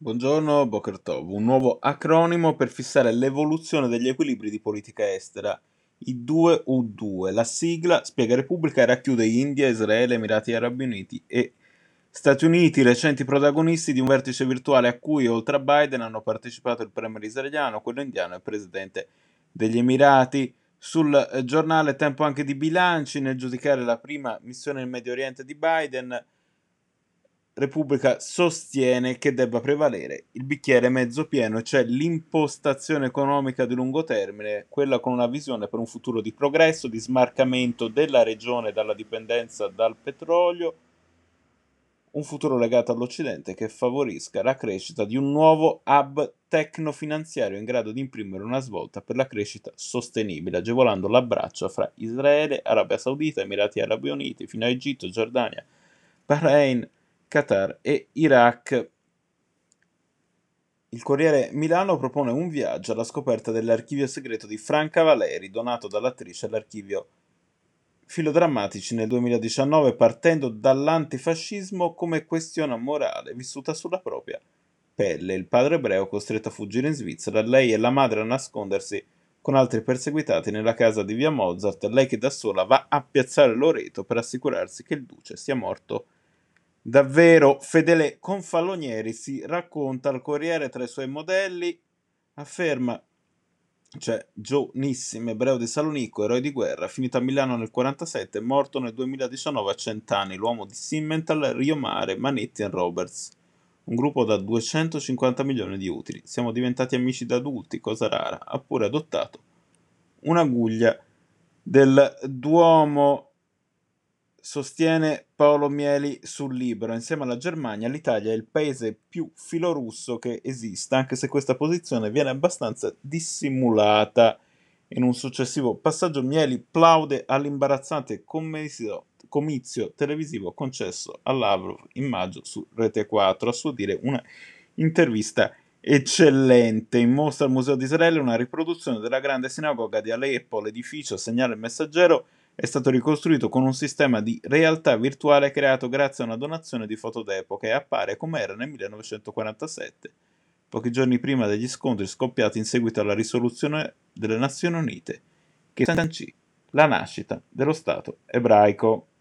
Buongiorno, Boker Tov, un nuovo acronimo per fissare l'evoluzione degli equilibri di politica estera. I 2U2, la sigla spiega Repubblica e racchiude India, Israele, Emirati Arabi Uniti e Stati Uniti, recenti protagonisti di un vertice virtuale a cui, oltre a Biden, hanno partecipato il premier israeliano, quello indiano e il presidente degli Emirati. Sul giornale Tempo anche di bilanci, nel giudicare la prima missione in Medio Oriente di Biden, Repubblica sostiene che debba prevalere il bicchiere mezzo pieno, cioè l'impostazione economica di lungo termine, quella con una visione per un futuro di progresso, di smarcamento della regione dalla dipendenza dal petrolio, un futuro legato all'Occidente che favorisca la crescita di un nuovo hub tecnofinanziario in grado di imprimere una svolta per la crescita sostenibile, agevolando l'abbraccio fra Israele, Arabia Saudita, Emirati Arabi Uniti, fino a Egitto, Giordania, Bahrain, Qatar e Iraq. Il Corriere Milano propone un viaggio alla scoperta dell'archivio segreto di Franca Valeri, donato dall'attrice all'archivio Filodrammatici nel 2019, partendo dall'antifascismo come questione morale vissuta sulla propria pelle. Il padre ebreo costretto a fuggire in Svizzera, lei e la madre a nascondersi con altri perseguitati nella casa di via Mozart, lei che da sola va a piazzare Loreto per assicurarsi che il duce sia morto. Davvero, Fedele Confalonieri si racconta al Corriere tra i suoi modelli, afferma, cioè giovanissimo ebreo di Salonicco, eroe di guerra, finito a Milano nel 1947, morto nel 2019 a 100 anni, l'uomo di Simmental, Rio Mare, Manetti e Roberts. Un gruppo da 250 milioni di utili. Siamo diventati amici da adulti, cosa rara. Ha pure adottato una guglia del Duomo, sostiene Paolo Mieli sul Libero. Insieme alla Germania, l'Italia è il paese più filorusso che esista, anche se questa posizione viene abbastanza dissimulata. In un successivo passaggio Mieli plaude all'imbarazzante comizio televisivo concesso a Lavrov in maggio su Rete 4, a suo dire una intervista eccellente. In mostra al Museo di Israele una riproduzione della grande sinagoga di Aleppo, l'edificio segnala il messaggero è stato ricostruito con un sistema di realtà virtuale creato grazie a una donazione di foto d'epoca e appare come era nel 1947, pochi giorni prima degli scontri scoppiati in seguito alla risoluzione delle Nazioni Unite che sancì la nascita dello Stato ebraico.